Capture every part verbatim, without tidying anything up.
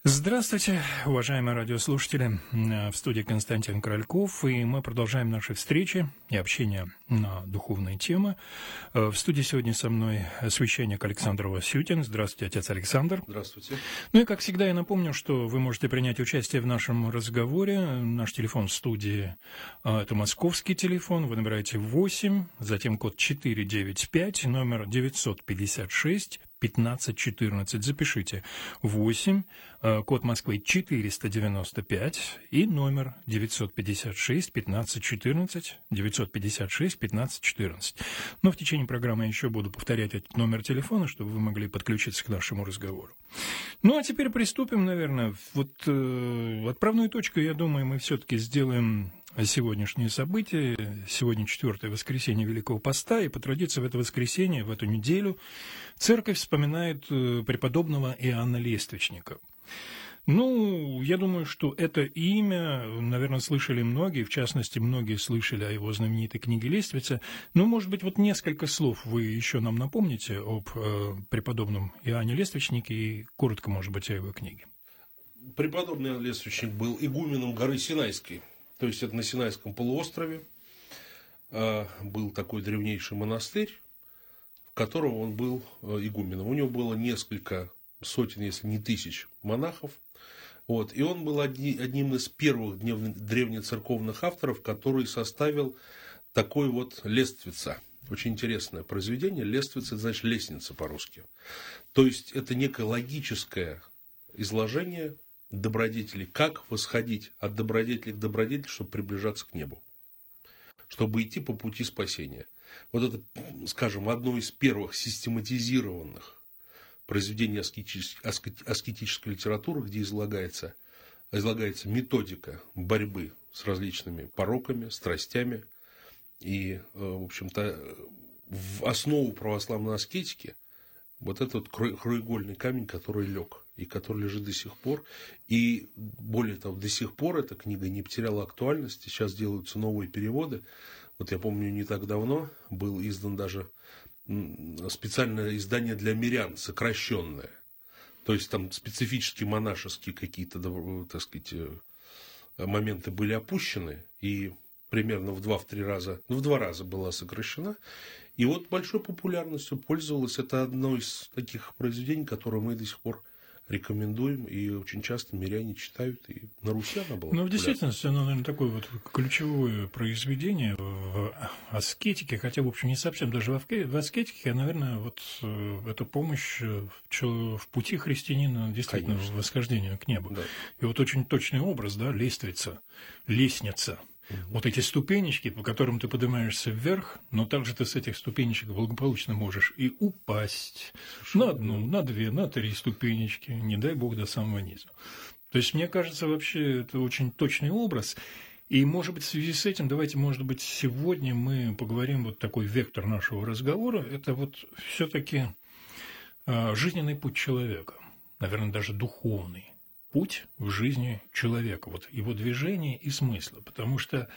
Здравствуйте, уважаемые радиослушатели. В студии Константин Крольков, и мы продолжаем наши встречи и общение на духовные темы. В студии сегодня со мной священник Александр Васютин. Здравствуйте, отец Александр. Здравствуйте. Ну и, как всегда, я напомню, что вы можете принять участие в нашем разговоре. Наш телефон в студии – это московский телефон. Вы набираете восемь, затем код четыре девять пять, номер девятьсот пятьдесят шесть пятнадцать четырнадцать. Запишите восемь, код Москвы четыреста девяносто пять и номер девятьсот пятьдесят шесть пятнадцать четырнадцать, девятьсот пятьдесят шесть пятнадцать четырнадцать. Но в течение программы я еще буду повторять этот номер телефона, чтобы вы могли подключиться к нашему разговору. Ну, а теперь приступим, наверное. Вот э, отправную точку, я думаю, мы все-таки сделаем сегодняшние события. Сегодня четвертое воскресенье Великого Поста, и по традиции в это воскресенье, в эту неделю, церковь вспоминает преподобного Иоанна Лествичника. Ну, я думаю, что это имя, наверное, слышали многие, в частности, многие слышали о его знаменитой книге «Лествица». Ну, может быть, вот несколько слов вы еще нам напомните об э, преподобном Иоанне Лествичнике и коротко, может быть, о его книге. Преподобный Иоанн Лествичник был игуменом горы Синайской. То есть, это на Синайском полуострове э, был такой древнейший монастырь, в котором он был э, игуменом. У него было несколько сотен, если не тысяч монахов. Вот. И он был одни, одним из первых древнецерковных авторов, который составил такой вот «Лествица». Очень интересное произведение. «Лествица» – это значит лестница по-русски. То есть, это некое логическое изложение добродетелей, как восходить от добродетели к добродетели, чтобы приближаться к небу, чтобы идти по пути спасения. Вот это, скажем, одно из первых систематизированных произведений аскетической, аскетической литературы, где излагается, излагается методика борьбы с различными пороками, страстями. И, в общем-то, в основу православной аскетики вот этот краеугольный камень, который лег и который лежит до сих пор. И более того, до сих пор эта книга не потеряла актуальности. Сейчас делаются новые переводы. Вот я помню, не так давно был издан даже специальное издание для мирян, сокращенное. То есть там специфические монашеские какие-то, так сказать, моменты были опущены. И примерно в два-три раза, ну, в два раза была сокращена. И вот большой популярностью пользовалась. Это одно из таких произведений, которые мы до сих пор рекомендуем, и очень часто миряне читают, и на Руси она была. Ну, в действительности, оно, наверное, такое вот ключевое произведение в аскетике, хотя, в общем, не совсем даже в аскетике, а, наверное, вот эта помощь в пути христианина, действительно, Конечно. В восхождению к небу. Да. И вот очень точный образ, да, лествица, лестница. Угу. Вот эти ступенечки, по которым ты поднимаешься вверх, но также ты с этих ступенечек благополучно можешь и упасть Совершенно на одну, на две, на три ступенечки, не дай бог, до самого низа. То есть, мне кажется, вообще это очень точный образ. И, может быть, в связи с этим, давайте, может быть, сегодня мы поговорим, вот такой вектор нашего разговора, это вот все-таки жизненный путь человека, наверное, даже духовный путь в жизни человека, вот его движение и смысла. Потому что,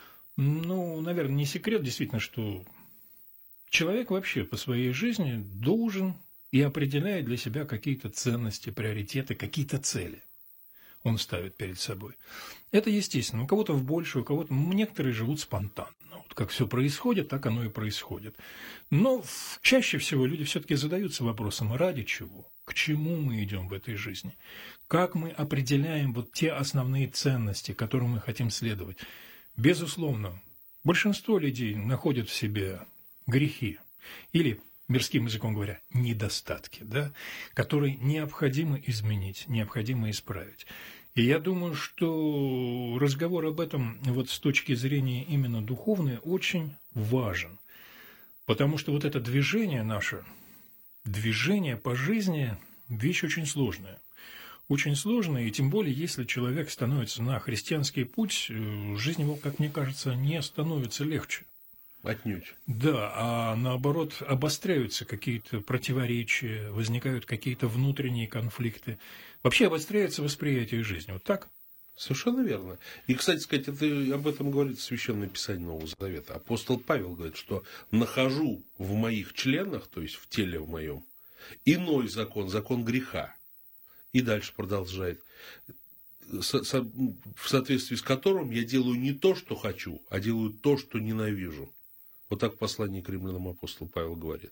ну, наверное, не секрет действительно, что человек вообще по своей жизни должен и определяет для себя какие-то ценности, приоритеты, какие-то цели он ставит перед собой. Это естественно. У кого-то в большую, у кого-то... Некоторые живут спонтанно. Вот как все происходит, так оно и происходит. Но чаще всего люди все-таки задаются вопросом, ради чего? К чему мы идем в этой жизни? Как мы определяем вот те основные ценности, которым мы хотим следовать? Безусловно, большинство людей находят в себе грехи или, мирским языком говоря, недостатки, да, которые необходимо изменить, необходимо исправить. И я думаю, что разговор об этом вот с точки зрения именно духовной очень важен, потому что вот это движение наше, движение по жизни – вещь очень сложная. Очень сложная, и тем более, если человек становится на христианский путь, жизнь его, как мне кажется, не становится легче. Отнюдь. Да, а наоборот, обостряются какие-то противоречия, возникают какие-то внутренние конфликты. Вообще обостряется восприятие жизни. Вот так? Совершенно верно. И, кстати сказать, это, об этом говорит Священное Писание Нового Завета. Апостол Павел говорит, что нахожу в моих членах, то есть в теле в моем, иной закон, закон греха. И дальше продолжает. В соответствии с которым я делаю не то, что хочу, а делаю то, что ненавижу. Вот так в послании к римлянам апостол Павел говорит.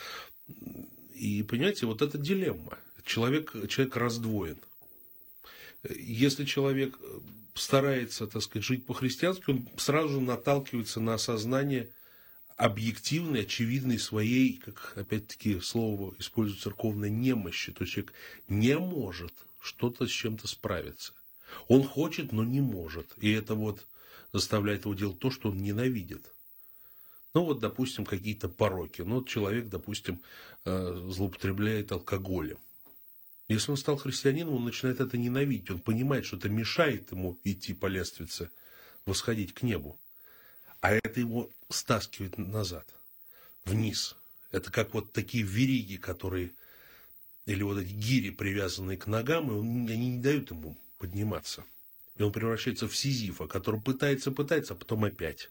И, понимаете, вот это дилемма. Человек, человек раздвоен. Если человек старается, так сказать, жить по-христиански, он сразу же наталкивается на осознание объективной, очевидной своей, как опять-таки слово использует церковной, немощи. То есть человек не может что-то с чем-то справиться. Он хочет, но не может. И это вот заставляет его делать то, что он ненавидит. Ну вот, допустим, какие-то пороки. Ну вот человек, допустим, злоупотребляет алкоголем. Если он стал христианином, он начинает это ненавидеть. Он понимает, что это мешает ему идти по лестнице, восходить к небу. А это его стаскивает назад, вниз. Это как вот такие вериги, которые, или вот эти гири, привязанные к ногам, и он, они не дают ему подниматься. И он превращается в Сизифа, который пытается, пытается, а потом опять.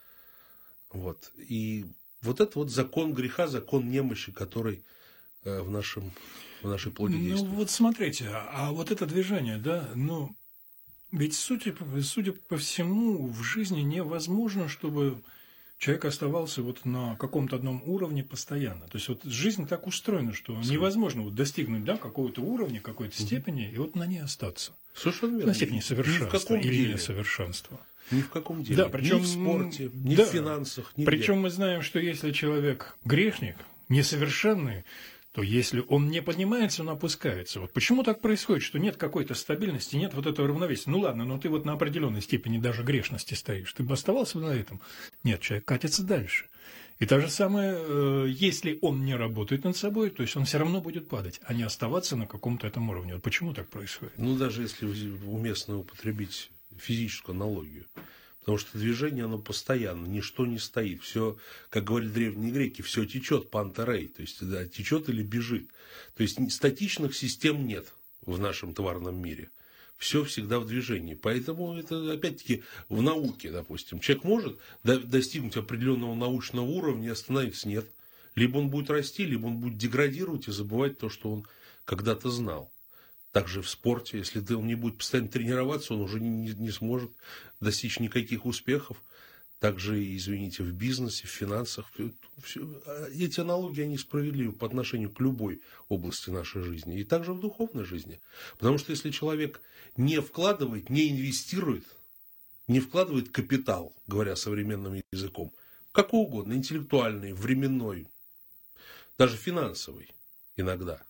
Вот. И вот это вот закон греха, закон немощи, который э, в, нашем, в нашей плоти ну, действует. Ну вот смотрите, а вот это движение, да, ну, ведь судя, судя по всему, в жизни невозможно, чтобы человек оставался вот на каком-то одном уровне постоянно. То есть вот жизнь так устроена, что Совершенно. невозможно вот достигнуть, да, какого-то уровня, какой-то угу. степени, и вот на ней остаться. Совершенно верно. На степени совершенства или деле. несовершенства. Ни в каком деле. Да, причем, ни в спорте, ни да, в финансах, ни Причем где. мы знаем, что если человек грешник, несовершенный, то если он не поднимается, он опускается. Вот почему так происходит, что нет какой-то стабильности, нет вот этого равновесия? Ну ладно, но ты вот на определенной степени даже грешности стоишь. Ты бы оставался бы на этом? Нет, человек катится дальше. И то же самое, если он не работает над собой, то есть он все равно будет падать, а не оставаться на каком-то этом уровне. Вот почему так происходит? Ну, даже если уместно употребить физическую аналогию. Потому что движение, оно постоянно, ничто не стоит. Все, как говорили древние греки, все течет, пантерей, то есть да, течет или бежит. То есть статичных систем нет в нашем товарном мире. Все всегда в движении. Поэтому это, опять-таки, в науке, допустим. Человек может достигнуть определенного научного уровня и остановиться. Нет. Либо он будет расти, либо он будет деградировать и забывать то, что он когда-то знал. Также в спорте, если он не будет постоянно тренироваться, он уже не, не сможет достичь никаких успехов. Также, извините, в бизнесе, в финансах. Все, эти аналогии, они справедливы по отношению к любой области нашей жизни. И также в духовной жизни. Потому что если человек не вкладывает, не инвестирует, не вкладывает капитал, говоря современным языком, какой угодно, интеллектуальный, временной, даже финансовый иногда,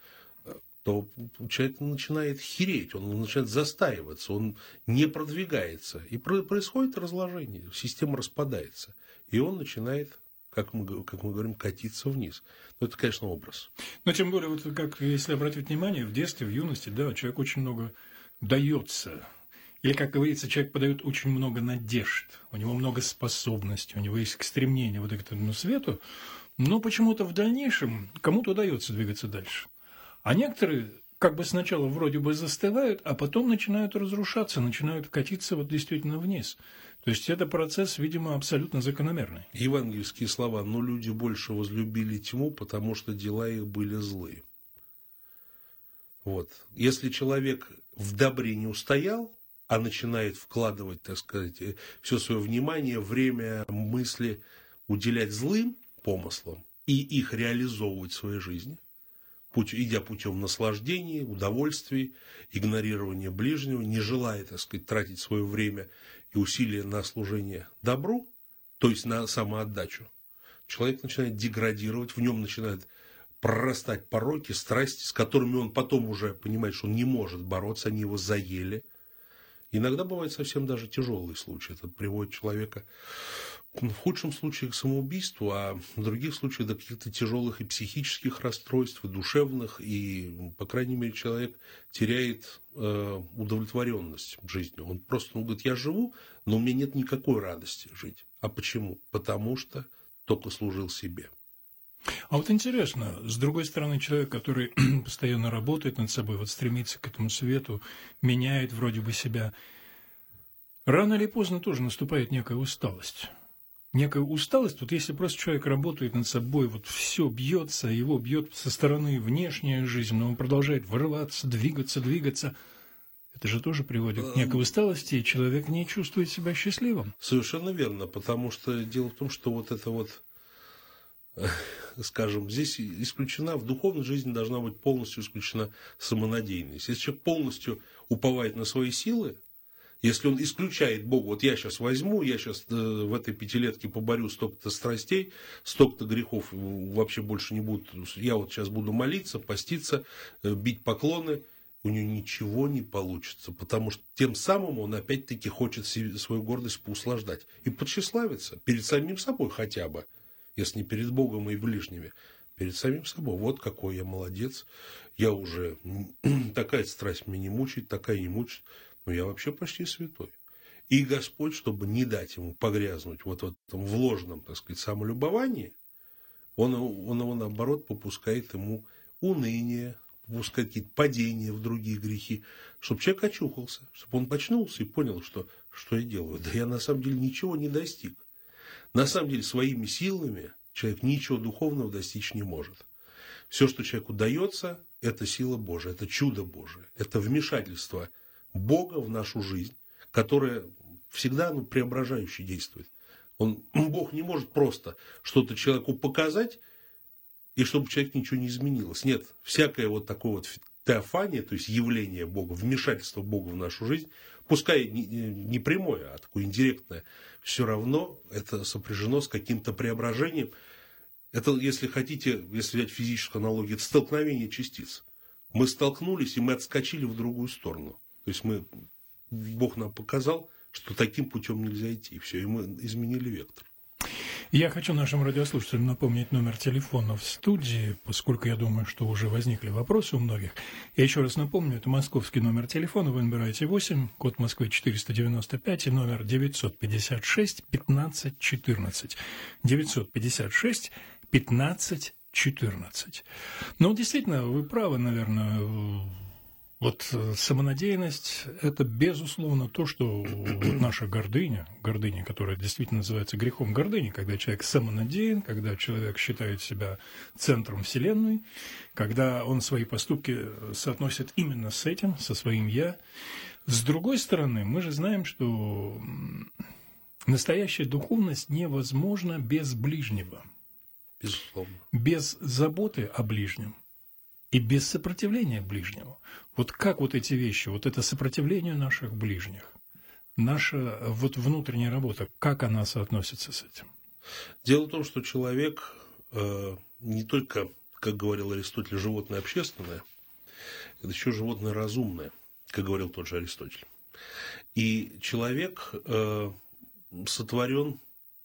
то человек начинает хереть, он начинает застаиваться, он не продвигается. И происходит разложение, система распадается. И он начинает, как мы, как мы говорим, катиться вниз. Но это, конечно, образ. Но тем более, вот как если обратить внимание, в детстве, в юности, да, человек очень много дается. Или, как говорится, человек подает очень много надежд, у него много способностей, у него есть стремление вот к этому свету, но почему-то в дальнейшем кому-то удается двигаться дальше. А некоторые как бы сначала вроде бы застывают, а потом начинают разрушаться, начинают катиться вот действительно вниз. То есть это процесс, видимо, абсолютно закономерный. Евангельские слова: «Но люди больше возлюбили тьму, потому что дела их были злые». Вот. Если человек в добре не устоял, а начинает вкладывать, так сказать, все свое внимание, время, мысли уделять злым помыслам и их реализовывать в своей жизни, идя путем наслаждения, удовольствий, игнорирования ближнего, не желая, так сказать, тратить свое время и усилия на служение добру, то есть на самоотдачу, человек начинает деградировать, в нем начинают прорастать пороки, страсти, с которыми он потом уже понимает, что он не может бороться, они его заели. Иногда бывают совсем даже тяжелые случаи. Это приводит человека в худшем случае к самоубийству, а в других случаях до каких-то тяжелых и психических расстройств, и душевных, и, по крайней мере, человек теряет э, удовлетворенность жизнью. Он просто он говорит: я живу, но у меня нет никакой радости жить. А почему? Потому что только служил себе. А вот интересно, с другой стороны, человек, который постоянно работает над собой, вот стремится к этому свету, меняет вроде бы себя, рано или поздно тоже наступает некая усталость. некая усталость. Вот если просто человек работает над собой, вот все бьется, его бьет со стороны внешняя жизнь, но он продолжает вырываться, двигаться, двигаться. Это же тоже приводит к некой усталости, и человек не чувствует себя счастливым. Совершенно верно, потому что дело в том, что вот это вот, скажем, здесь исключена, в духовной жизни должна быть полностью исключена самонадеянность. Если человек полностью уповает на свои силы, если он исключает Бога, вот я сейчас возьму, я сейчас в этой пятилетке поборю столько-то страстей, столько-то грехов вообще больше не буду, я вот сейчас буду молиться, поститься, бить поклоны, у него ничего не получится, потому что тем самым он опять-таки хочет свою гордость поуслаждать и подчеславиться перед самим собой хотя бы, если не перед Богом и ближними, перед самим собой. Вот какой я молодец, я уже, такая страсть меня не мучает, такая не мучает, но я вообще почти святой. И Господь, чтобы не дать ему погрязнуть вот в этом вложенном, так сказать, самолюбовании, он, он его, наоборот, попускает ему уныние, попускает какие-то падения в другие грехи, чтобы человек очухался, чтобы он очнулся и понял, что, что я делаю. Да я на самом деле ничего не достиг. На самом деле своими силами человек ничего духовного достичь не может. Все, что человеку дается, это сила Божия, это чудо Божие, это вмешательство Бога в нашу жизнь, которое всегда ну, преображающе действует. Он, Бог не может просто что-то человеку показать, и чтобы человек ничего не изменилось. Нет, всякое вот такое вот теофания, то есть явление Бога, вмешательство Бога в нашу жизнь, пускай не, не прямое, а такое индиректное, все равно это сопряжено с каким-то преображением. Это, если хотите, если взять физическую аналогию, это столкновение частиц. Мы столкнулись, и мы отскочили в другую сторону. То есть мы, Бог нам показал, что таким путем нельзя идти. И все, и мы изменили вектор. Я хочу нашим радиослушателям напомнить номер телефона в студии, поскольку я думаю, что уже возникли вопросы у многих. Я еще раз напомню, это московский номер телефона, вы набираете восемь, код Москвы четыреста девяносто пять и номер девятьсот пятьдесят шесть пятнадцать четырнадцать. девятьсот пятьдесят шесть пятнадцать четырнадцать. Но действительно, вы правы, наверное. Вот самонадеянность – это, безусловно, то, что вот наша гордыня, гордыня, которая действительно называется грехом гордыни, когда человек самонадеян, когда человек считает себя центром Вселенной, когда он свои поступки соотносит именно с этим, со своим «я». С другой стороны, мы же знаем, что настоящая духовность невозможна без ближнего, безусловно, без заботы о ближнем. И без сопротивления ближнему. Вот как вот эти вещи, вот это сопротивление наших ближних, наша вот внутренняя работа, как она соотносится с этим? Дело в том, что человек э, не только, как говорил Аристотель, животное общественное, это еще животное разумное, как говорил тот же Аристотель. И человек э, сотворен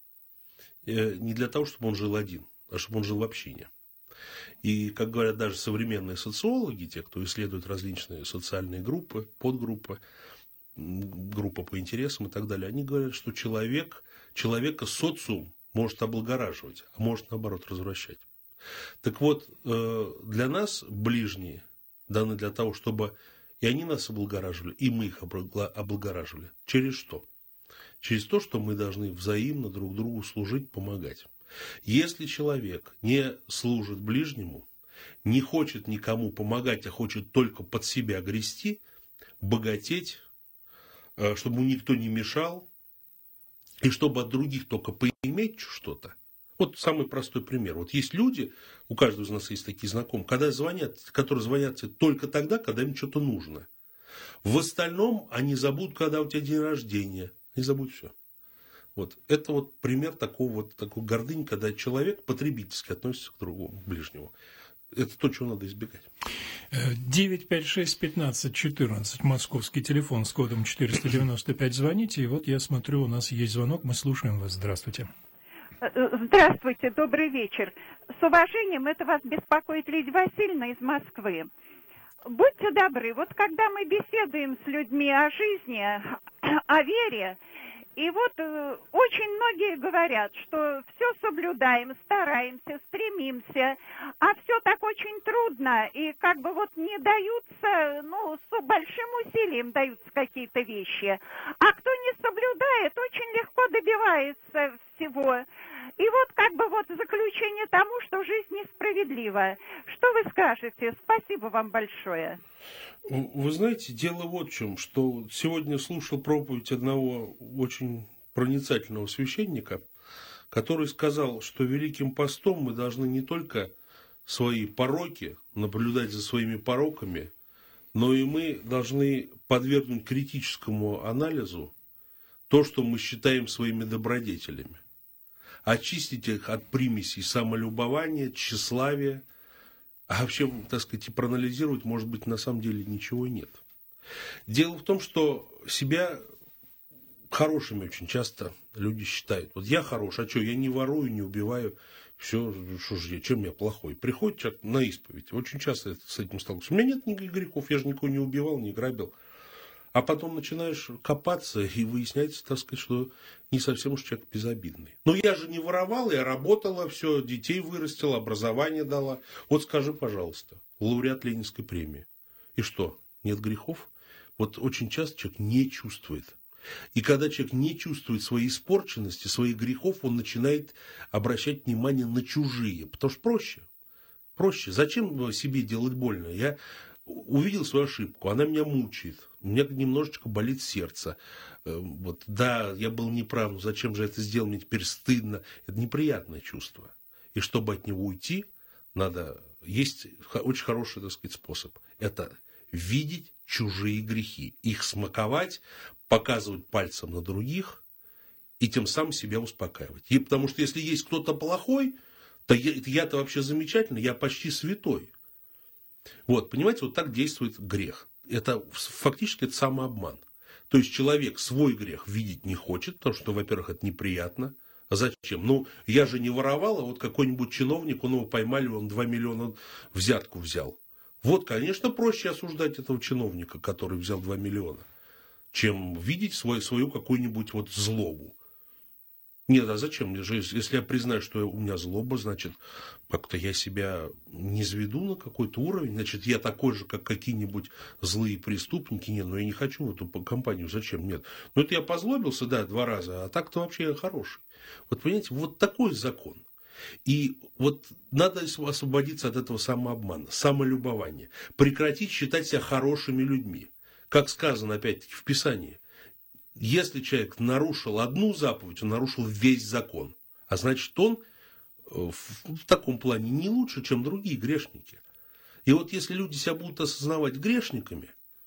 э, не для того, чтобы он жил один, а чтобы он жил в общине. И, как говорят даже современные социологи, те, кто исследует различные социальные группы, подгруппы, группа по интересам и так далее, они говорят, что человек, человека социум может облагораживать, а может, наоборот, развращать. Так вот, для нас ближние даны для того, чтобы и они нас облагораживали, и мы их облагораживали. Через что? Через то, что мы должны взаимно друг другу служить, помогать. Если человек не служит ближнему, не хочет никому помогать, а хочет только под себя грести, богатеть, чтобы ему никто не мешал, и чтобы от других только поиметь что-то. Вот самый простой пример. Вот есть люди, у каждого из нас есть такие знакомые, когда звонят, которые звонят тебе только тогда, когда им что-то нужно. В остальном они забудут, когда у тебя день рождения. Они забудут все. Вот. Это вот пример такого вот, такой гордыни, когда человек потребительски относится к другому, к ближнему. Это то, чего надо избегать. девять пять шесть пятнадцать четырнадцать, московский телефон с кодом четыреста девяносто пять. Звоните, и вот я смотрю, у нас есть звонок, мы слушаем вас. Здравствуйте. Здравствуйте, добрый вечер. С уважением, это вас беспокоит Лидия Васильевна из Москвы. Будьте добры, вот когда мы беседуем с людьми о жизни, о вере, И вот э, очень многие говорят, что все соблюдаем, стараемся, стремимся, а все так очень трудно, и как бы вот не даются, ну, с большим усилием даются какие-то вещи. А кто не соблюдает, очень легко добивается всего. И вот как бы вот заключение тому, что жизнь несправедлива. Что вы скажете? Спасибо вам большое. Вы знаете, дело вот в чем, что сегодня слушал проповедь одного очень проницательного священника, который сказал, что Великим постом мы должны не только свои пороки, наблюдать за своими пороками, но и мы должны подвергнуть критическому анализу то, что мы считаем своими добродетелями. Очистить их от примесей самолюбования, тщеславия, а вообще, так сказать, и проанализировать, может быть, на самом деле ничего нет. Дело в том, что себя хорошими очень часто люди считают. Вот я хорош, а что, я не ворую, не убиваю, все, что же я, чем я плохой? Приходит человек на исповедь, очень часто с этим сталкиваюсь. У меня нет никаких грехов, я же никого не убивал, не грабил. А потом начинаешь копаться, и выясняется, так сказать, что не совсем уж человек безобидный. Но я же не воровал, я работала, все, детей вырастила, образование дала. Вот скажи, пожалуйста, лауреат Ленинской премии. И что, нет грехов? Вот очень часто человек не чувствует. И когда человек не чувствует своей испорченности, своих грехов, он начинает обращать внимание на чужие. Потому что проще. Проще. Зачем себе делать больно? Я увидел свою ошибку, она меня мучает. У меня немножечко болит сердце. Вот, да, я был неправ, но зачем же это сделал, мне теперь стыдно. Это неприятное чувство. И чтобы от него уйти, надо... Есть очень хороший, так сказать, способ. Это видеть чужие грехи. Их смаковать, показывать пальцем на других и тем самым себя успокаивать. И потому что если есть кто-то плохой, то я, я-то вообще замечательный, я почти святой. Вот, понимаете, вот так действует грех. Это фактически это самообман. То есть человек свой грех видеть не хочет, потому что, во-первых, это неприятно. А зачем? Ну, я же не воровал, а вот какой-нибудь чиновник, он его поймали, он два миллиона взятку взял. Вот, конечно, проще осуждать этого чиновника, который взял два миллиона, чем видеть свой, свою какую-нибудь вот злобу. Нет, а зачем мне же, если я признаю, что у меня злоба, значит, как-то я себя не заведу на какой-то уровень, значит, я такой же, как какие-нибудь злые преступники. Нет, ну я не хочу в эту компанию, зачем? Нет. Ну это я позлобился, да, два раза, а так-то вообще я хороший. Вот понимаете, вот такой закон. И вот надо освободиться от этого самообмана, самолюбования, прекратить считать себя хорошими людьми. Как сказано, опять-таки, в Писании. Если человек нарушил одну заповедь, он нарушил весь закон. А значит, он в таком плане не лучше, чем другие грешники. И вот если люди себя будут осознавать грешниками,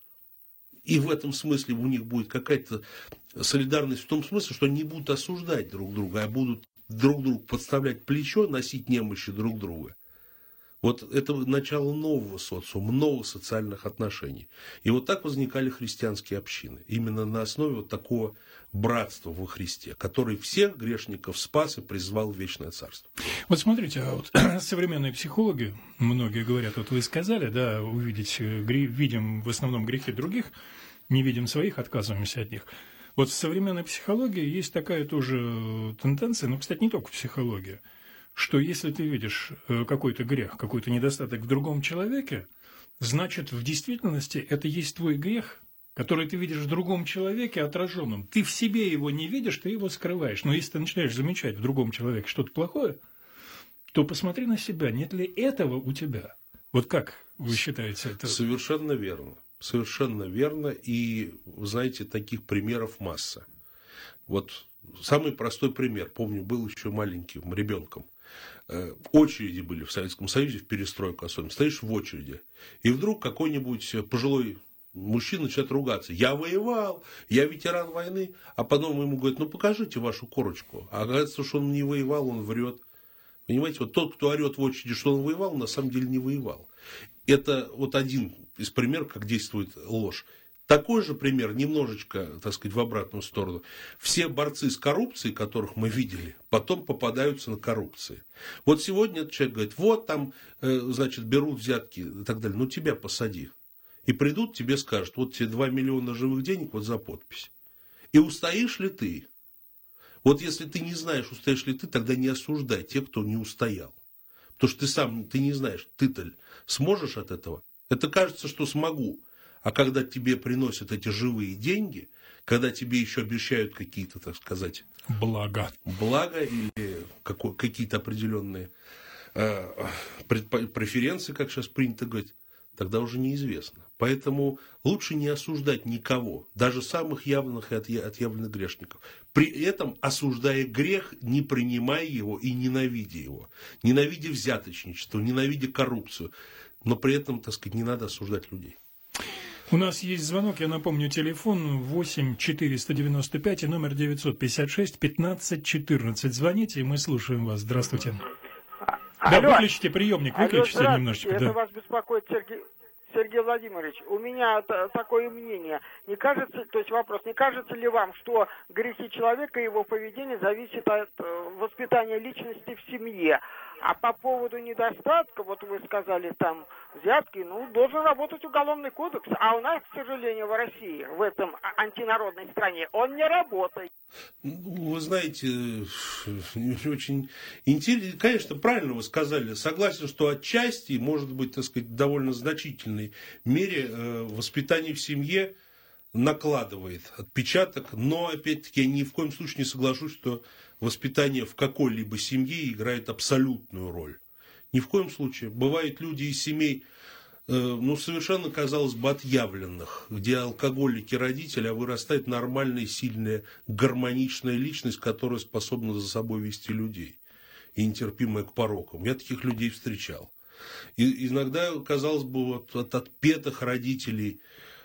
и в этом смысле у них будет какая-то солидарность в том смысле, что они не будут осуждать друг друга, а будут друг другу подставлять плечо, носить немощи друг друга. Вот это начало нового социума, новых социальных отношений. И вот так возникали христианские общины. Именно на основе вот такого братства во Христе, который всех грешников спас и призвал в вечное царство. Вот смотрите, а вот современные психологи, многие говорят, вот вы сказали, да, увидеть, видим в основном грехи других, не видим своих, отказываемся от них. Вот в современной психологии есть такая тоже тенденция, ну, кстати, не только в психологии, что если ты видишь какой-то грех, какой-то недостаток в другом человеке, значит, в действительности это есть твой грех, который ты видишь в другом человеке отраженном. Ты в себе его не видишь, ты его скрываешь. Но если ты начинаешь замечать в другом человеке что-то плохое, то посмотри на себя, нет ли этого у тебя. Вот как вы считаете это? Совершенно верно. Совершенно верно. И, знаете, таких примеров масса. Вот самый простой пример. Помню, был еще маленьким ребенком. Очереди были в Советском Союзе, в перестройку особенно. Стоишь в очереди, и вдруг какой-нибудь пожилой мужчина начинает ругаться. Я воевал, я ветеран войны. А потом ему говорят, ну покажите вашу корочку. А оказывается, что он не воевал, он врет. Понимаете, вот тот, кто орет в очереди, что он воевал, на самом деле не воевал. Это вот один из примеров, как действует ложь. Такой же пример, немножечко, так сказать, в обратную сторону. Все борцы с коррупцией, которых мы видели, потом попадаются на коррупции. Вот сегодня этот человек говорит, вот там, значит, берут взятки и так далее. Ну, тебя посади. И придут, тебе скажут, вот тебе два миллиона живых денег вот за подпись. И устоишь ли ты? Вот если ты не знаешь, устоишь ли ты, тогда не осуждай тех, кто не устоял. Потому что ты сам, ты не знаешь, ты-то сможешь от этого? Это кажется, что смогу. А когда тебе приносят эти живые деньги, когда тебе еще обещают какие-то, так сказать... Блага. Блага или какой, какие-то определенные э, преференции, как сейчас принято говорить, тогда уже неизвестно. Поэтому лучше не осуждать никого, даже самых явных и отъявленных грешников. При этом осуждая грех, не принимая его и ненавидя его. Ненавидя взяточничество, ненавидя коррупцию. Но при этом, так сказать, не надо осуждать людей. У нас есть звонок, я напомню, телефон восемь четыреста девяносто пять и номер девятьсот пятьдесят шесть пятнадцать четырнадцать. Звоните, и мы слушаем вас. Здравствуйте. А, да, алло, выключите приемник, выключите алло, немножечко. Это да. вас беспокоит, Сергей, Сергей Владимирович. У меня такое мнение. Не кажется, то есть вопрос, не кажется ли вам, что грехи человека и его поведение зависят от воспитания личности в семье? А по поводу недостатка, вот вы сказали там взятки, ну, должен работать уголовный кодекс. А у нас, к сожалению, в России, в этом антинародной стране, он не работает. Вы знаете, очень интересно, конечно, правильно вы сказали. Согласен, что отчасти, может быть, так сказать, в довольно значительной мере воспитание в семье накладывает отпечаток, но, опять-таки, я ни в коем случае не соглашусь, что воспитание в какой-либо семье играет абсолютную роль. Ни в коем случае. Бывают люди из семей, э, ну, совершенно, казалось бы, отъявленных, где алкоголики родители, а вырастает нормальная, сильная, гармоничная личность, которая способна за собой вести людей и нетерпимая к порокам. Я таких людей встречал. И иногда, казалось бы, вот от отпетых родителей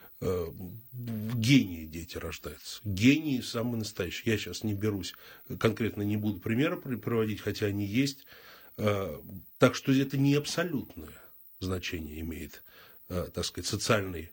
гении дети рождаются. Гении самые настоящие. Я сейчас не берусь, конкретно не буду примеры приводить, хотя они есть. Так что это не абсолютное значение имеет, так сказать, социальный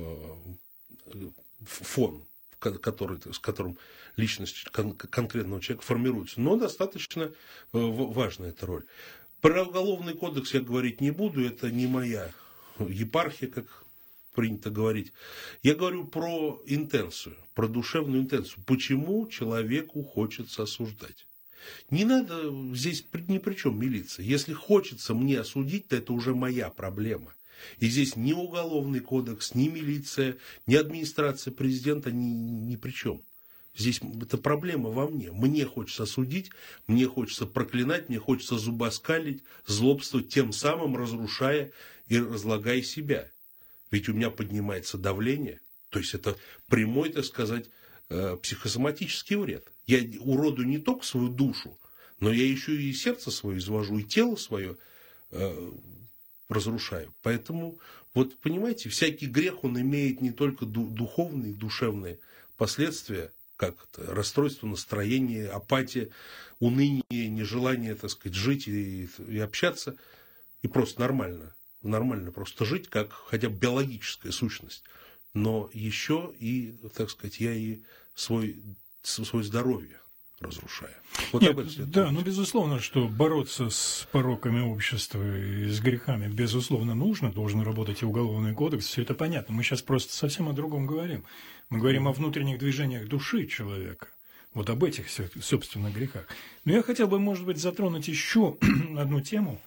фон, который, с которым личность конкретного человека формируется. Но достаточно важная эта роль. Про уголовный кодекс я говорить не буду, это не моя епархия, как принято говорить. Я говорю про интенцию, про душевную интенцию. Почему человеку хочется осуждать? Не надо здесь ни при чем милиция. Если хочется мне осудить, то это уже моя проблема. И здесь ни уголовный кодекс, ни милиция, ни администрация президента ни, ни при чем. Здесь это проблема во мне. Мне хочется осудить, мне хочется проклинать, мне хочется зубоскалить, злобствовать, тем самым разрушая и разлагая себя. Ведь у меня поднимается давление, то есть это прямой, так сказать, психосоматический вред. Я уродую не только свою душу, но я еще и сердце свое извожу, и тело свое э, разрушаю. Поэтому, вот понимаете, всякий грех, он имеет не только духовные, душевные последствия, как это, расстройство настроения, апатия, уныние, нежелание, так сказать, жить и, и общаться, и просто нормально. Нормально просто жить, как хотя бы биологическая сущность. Но еще и, так сказать, я и свой, свое здоровье разрушаю. Вот Нет, да, ну, безусловно, что бороться с пороками общества и с грехами, безусловно, нужно, должен работать и уголовный кодекс, все это понятно. Мы сейчас просто совсем о другом говорим. Мы говорим о внутренних движениях души человека. Вот об этих, собственно, грехах. Но я хотел бы, может быть, затронуть еще одну тему,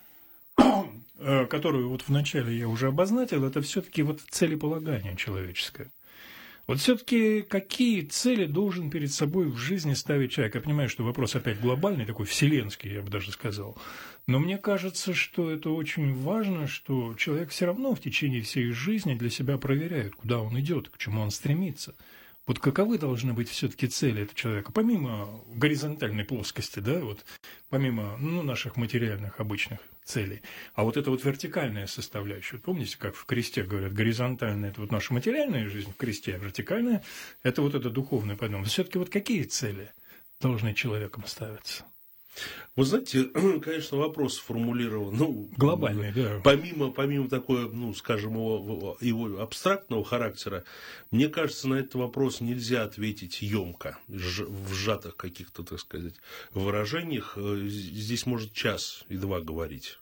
которую вот вначале я уже обозначил, это все-таки вот целеполагание человеческое. Вот все-таки какие цели должен перед собой в жизни ставить человек? Я понимаю, что вопрос опять глобальный, такой вселенский, я бы даже сказал. Но мне кажется, что это очень важно, что человек все равно в течение всей жизни для себя проверяет, куда он идет, к чему он стремится. Вот каковы должны быть все-таки цели этого человека, помимо горизонтальной плоскости, да, вот, помимо ну, наших материальных обычных целей, а вот это вот вертикальная составляющая. Помните, как в кресте говорят, горизонтальная – это вот наша материальная жизнь в кресте, а вертикальная – это вот это духовное. Поэтому все-таки вот какие цели должны человеком ставиться? Вы знаете, конечно, вопрос сформулирован, ну, глобальный, да. Помимо, помимо такой, ну, скажем, его, его абстрактного характера, мне кажется, на этот вопрос нельзя ответить емко, в сжатых каких-то, так сказать, выражениях. Здесь может час и два говорить.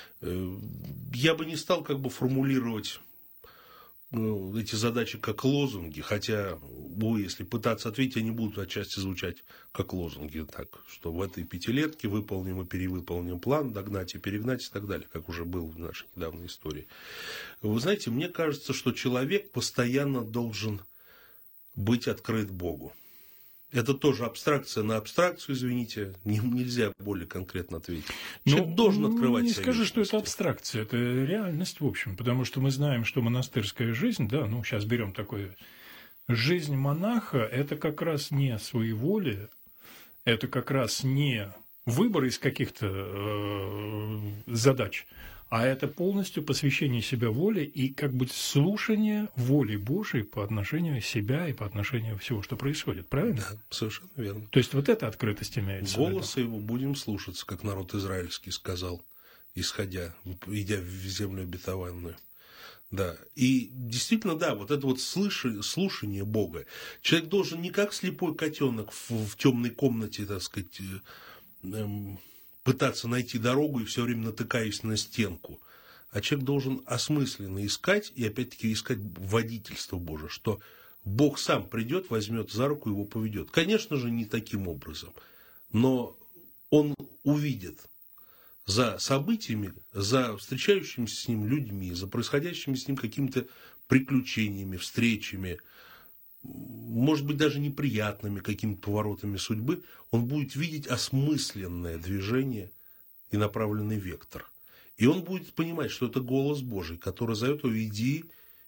Я бы не стал как бы формулировать эти задачи как лозунги, хотя увы, если пытаться ответить, они будут отчасти звучать как лозунги, так, что в этой пятилетке выполним и перевыполним план, догнать и перегнать и так далее, как уже было в нашей недавней истории. Вы знаете, мне кажется, что человек постоянно должен быть открыт Богу. Это тоже абстракция на абстракцию, извините, не, нельзя более конкретно ответить. Человек ну, должен открывать не себя. Не скажи, что это абстракция, это реальность в общем, потому что мы знаем, что монастырская жизнь, да, ну сейчас берем такое, жизнь монаха, это как раз не своеволие, это как раз не выбор из каких-то э, задач, а это полностью посвящение себя воле и как бы слушание воли Божией по отношению себя и по отношению всего, что происходит, правильно? Да, совершенно верно. То есть вот эта открытость имеется. Голоса его будем слушаться, как народ израильский сказал, исходя, идя в землю обетованную. Да, и действительно, да, вот это вот слышание, слушание Бога. Человек должен не как слепой котенок в, в темной комнате, так сказать, эм, пытаться найти дорогу и все время натыкаясь на стенку. А человек должен осмысленно искать, и опять-таки искать водительство Божие, что Бог сам придет, возьмет за руку, его поведет. Конечно же, не таким образом, но он увидит за событиями, за встречающимися с ним людьми, за происходящими с ним какими-то приключениями, встречами, может быть, даже неприятными какими-то поворотами судьбы, он будет видеть осмысленное движение и направленный вектор. И он будет понимать, что это голос Божий, который зовет его: иди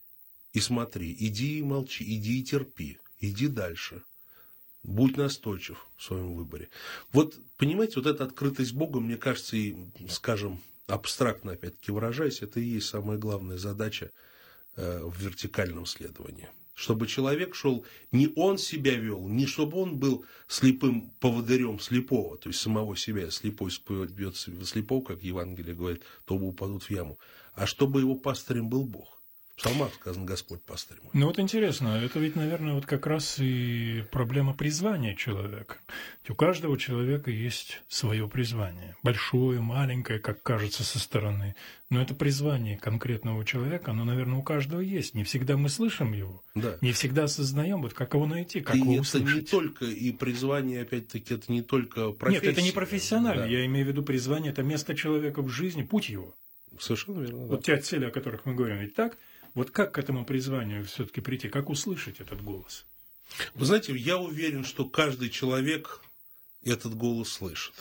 и смотри, иди и молчи, иди и терпи, иди дальше. Будь настойчив в своем выборе. Вот, понимаете, вот эта открытость Бога, мне кажется, и, скажем, абстрактно, опять-таки выражаясь, это и есть самая главная задача э, в вертикальном следовании. Чтобы человек шел, не он себя вел, не чтобы он был слепым поводырем слепого, то есть самого себя, слепой бьет слепого, как Евангелие говорит, то оба упадут в яму, а чтобы его пастырем был Бог. В псалмах сказано: Господь пастырь мой. Ну вот интересно, это ведь, наверное, вот как раз и проблема призвания человека. Ведь у каждого человека есть свое призвание. Большое, маленькое, как кажется со стороны. Но это призвание конкретного человека, оно, наверное, у каждого есть. Не всегда мы слышим его, да. Не всегда осознаем, вот как его найти, как и его это услышать. Не только и призвание, опять-таки, это не только профессия. Нет, это не профессионально. Да. Я имею в виду призвание, это место человека в жизни, путь его. Совершенно верно. Вот да. те цели, о которых мы говорим, ведь так? Вот как к этому призванию все-таки прийти? Как услышать этот голос? Вы знаете, я уверен, что каждый человек этот голос слышит.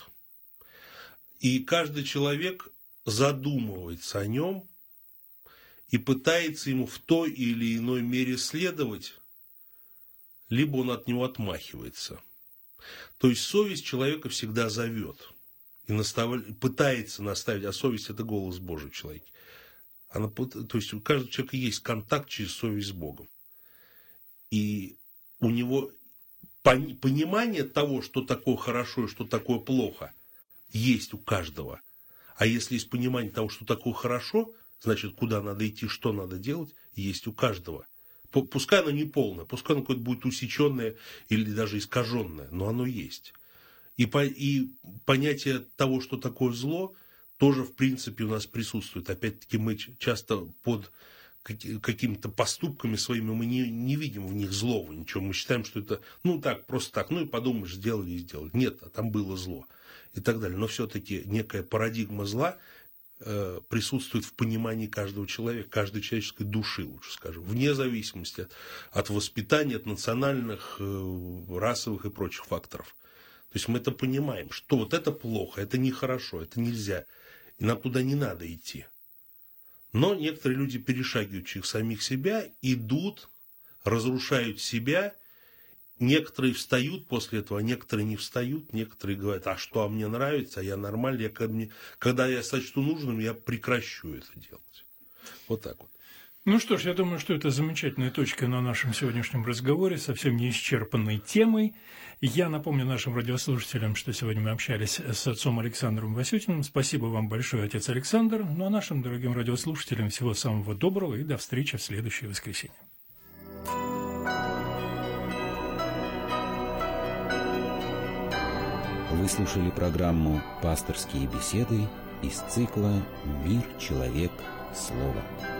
И каждый человек задумывается о нем и пытается ему в той или иной мере следовать, либо он от него отмахивается. То есть совесть человека всегда зовет и настав... пытается наставить, а совесть – это голос Божий в человеке. Она, то есть у каждого человека есть контакт через совесть с Богом. И у него понимание того, что такое хорошо и что такое плохо, есть у каждого. А если есть понимание того, что такое хорошо, значит, куда надо идти, что надо делать, есть у каждого. Пускай оно не полное, пускай оно какое-то будет усеченное или даже искаженное, но оно есть. И, по, и понятие того, что такое зло, тоже, в принципе, у нас присутствует. Опять-таки, мы часто под какими-то поступками своими мы не, не видим в них злого ничего. Мы считаем, что это, ну, так, просто так, ну, и подумаешь, сделали и сделали. Нет, а там было зло и так далее. Но все-таки некая парадигма зла э, присутствует в понимании каждого человека, каждой человеческой души, лучше скажем, вне зависимости от, от воспитания, от национальных, э, расовых и прочих факторов. То есть мы это понимаем, что вот это плохо, это нехорошо, это нельзя. И нам туда не надо идти. Но некоторые люди, перешагивающие самих себя, идут, разрушают себя. Некоторые встают после этого, а некоторые не встают. Некоторые говорят: а что, а мне нравится, а я нормальный. Я, когда я сочту нужным, я прекращу это делать. Вот так вот. Ну что ж, я думаю, что это замечательная точка на нашем сегодняшнем разговоре, совсем неисчерпанной темой. Я напомню нашим радиослушателям, что сегодня мы общались с отцом Александром Васютиным. Спасибо вам большое, отец Александр. Ну а нашим дорогим радиослушателям всего самого доброго и до встречи в следующее воскресенье. Вы слушали программу «Пасторские беседы» из цикла «Мир, человек, слово».